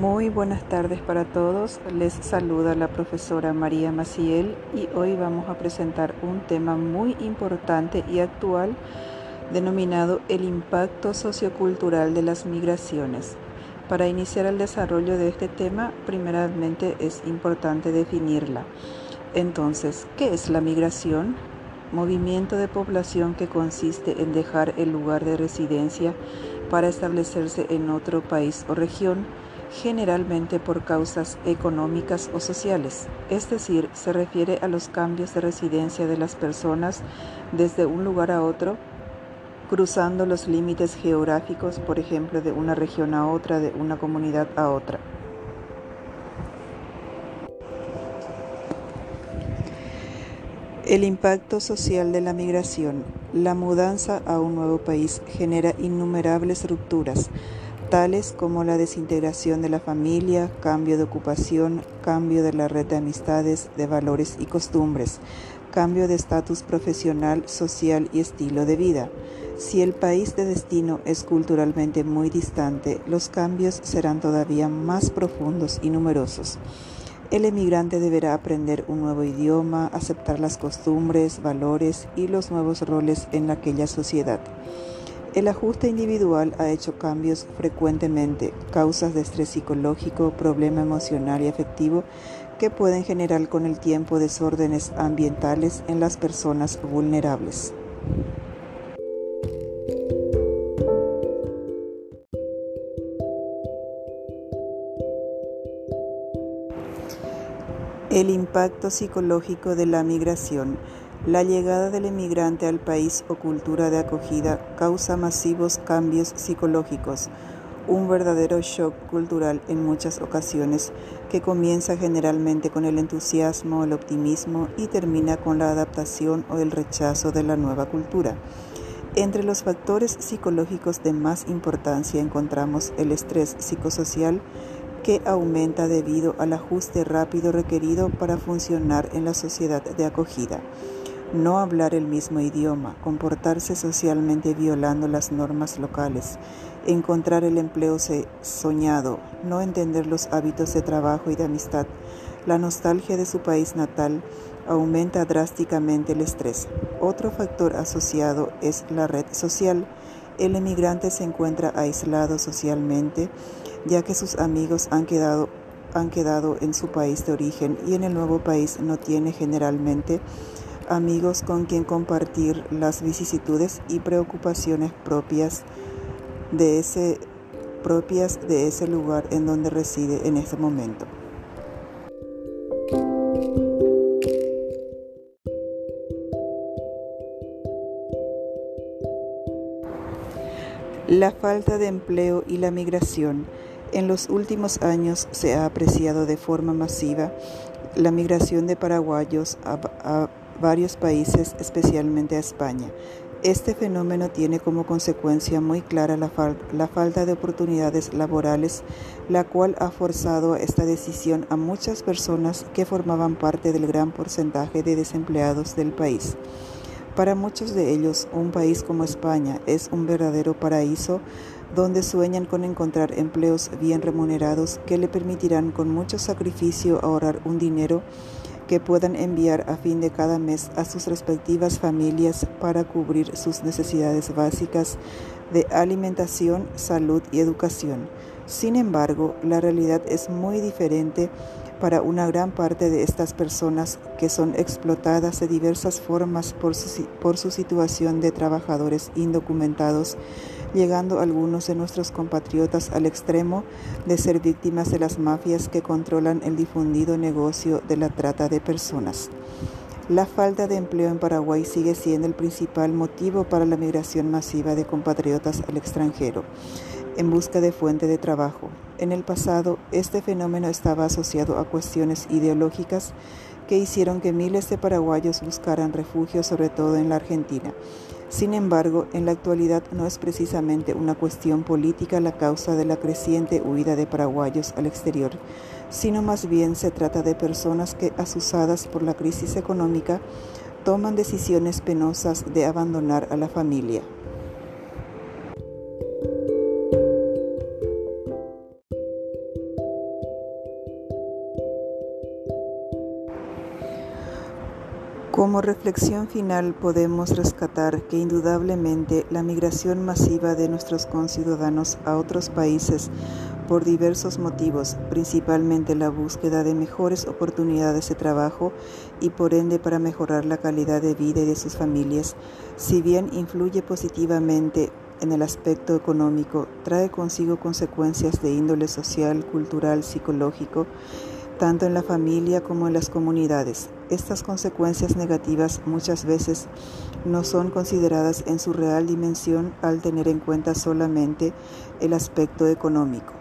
Muy buenas tardes para todos, les saluda la profesora María Maciel y hoy vamos a presentar un tema muy importante y actual denominado el impacto sociocultural de las migraciones. Para iniciar el desarrollo de este tema, primeramente es importante definirla. Entonces, ¿qué es la migración? Movimiento de población que consiste en dejar el lugar de residencia para establecerse en otro país o región, generalmente por causas económicas o sociales, es decir, se refiere a los cambios de residencia de las personas desde un lugar a otro, cruzando los límites geográficos, por ejemplo, de una región a otra, de una comunidad a otra. El impacto social de la migración. La mudanza a un nuevo país genera innumerables rupturas, tales como la desintegración de la familia, cambio de ocupación, cambio de la red de amistades, de valores y costumbres, cambio de estatus profesional, social y estilo de vida. Si el país de destino es culturalmente muy distante, los cambios serán todavía más profundos y numerosos. El emigrante deberá aprender un nuevo idioma, aceptar las costumbres, valores y los nuevos roles en aquella sociedad. El ajuste individual ha hecho cambios frecuentemente, causas de estrés psicológico, problema emocional y afectivo que pueden generar con el tiempo desórdenes ambientales en las personas vulnerables. El impacto psicológico de la migración. La llegada del emigrante al país o cultura de acogida causa masivos cambios psicológicos, un verdadero shock cultural en muchas ocasiones que comienza generalmente con el entusiasmo, el optimismo y termina con la adaptación o el rechazo de la nueva cultura. Entre los factores psicológicos de más importancia encontramos el estrés psicosocial, que aumenta debido al ajuste rápido requerido para funcionar en la sociedad de acogida. No hablar el mismo idioma, comportarse socialmente violando las normas locales, encontrar el empleo soñado, no entender los hábitos de trabajo y de amistad, la nostalgia de su país natal, aumenta drásticamente el estrés. Otro factor asociado es la red social. El emigrante se encuentra aislado socialmente, ya que sus amigos han quedado en su país de origen y en el nuevo país no tiene generalmente amigos con quien compartir las vicisitudes y preocupaciones propias de ese lugar en donde reside en este momento. La falta de empleo y la migración. En los últimos años se ha apreciado de forma masiva la migración de paraguayos a varios países, especialmente a España. Este fenómeno tiene como consecuencia muy clara la falta de oportunidades laborales, la cual ha forzado a esta decisión a muchas personas que formaban parte del gran porcentaje de desempleados del país. Para muchos de ellos, un país como España es un verdadero paraíso donde sueñan con encontrar empleos bien remunerados que le permitirán con mucho sacrificio ahorrar un dinero que puedan enviar a fin de cada mes a sus respectivas familias para cubrir sus necesidades básicas de alimentación, salud y educación. Sin embargo, la realidad es muy diferente para una gran parte de estas personas que son explotadas de diversas formas por su situación de trabajadores indocumentados, llegando algunos de nuestros compatriotas al extremo de ser víctimas de las mafias que controlan el difundido negocio de la trata de personas. La falta de empleo en Paraguay sigue siendo el principal motivo para la migración masiva de compatriotas al extranjero, en busca de fuente de trabajo. En el pasado, este fenómeno estaba asociado a cuestiones ideológicas que hicieron que miles de paraguayos buscaran refugio, sobre todo en la Argentina. Sin embargo, en la actualidad no es precisamente una cuestión política la causa de la creciente huida de paraguayos al exterior, sino más bien se trata de personas que, asusadas por la crisis económica, toman decisiones penosas de abandonar a la familia. Como reflexión final podemos rescatar que indudablemente la migración masiva de nuestros conciudadanos a otros países por diversos motivos, principalmente la búsqueda de mejores oportunidades de trabajo y por ende para mejorar la calidad de vida de sus familias, si bien influye positivamente en el aspecto económico, trae consigo consecuencias de índole social, cultural, psicológico, tanto en la familia como en las comunidades. Estas consecuencias negativas muchas veces no son consideradas en su real dimensión al tener en cuenta solamente el aspecto económico.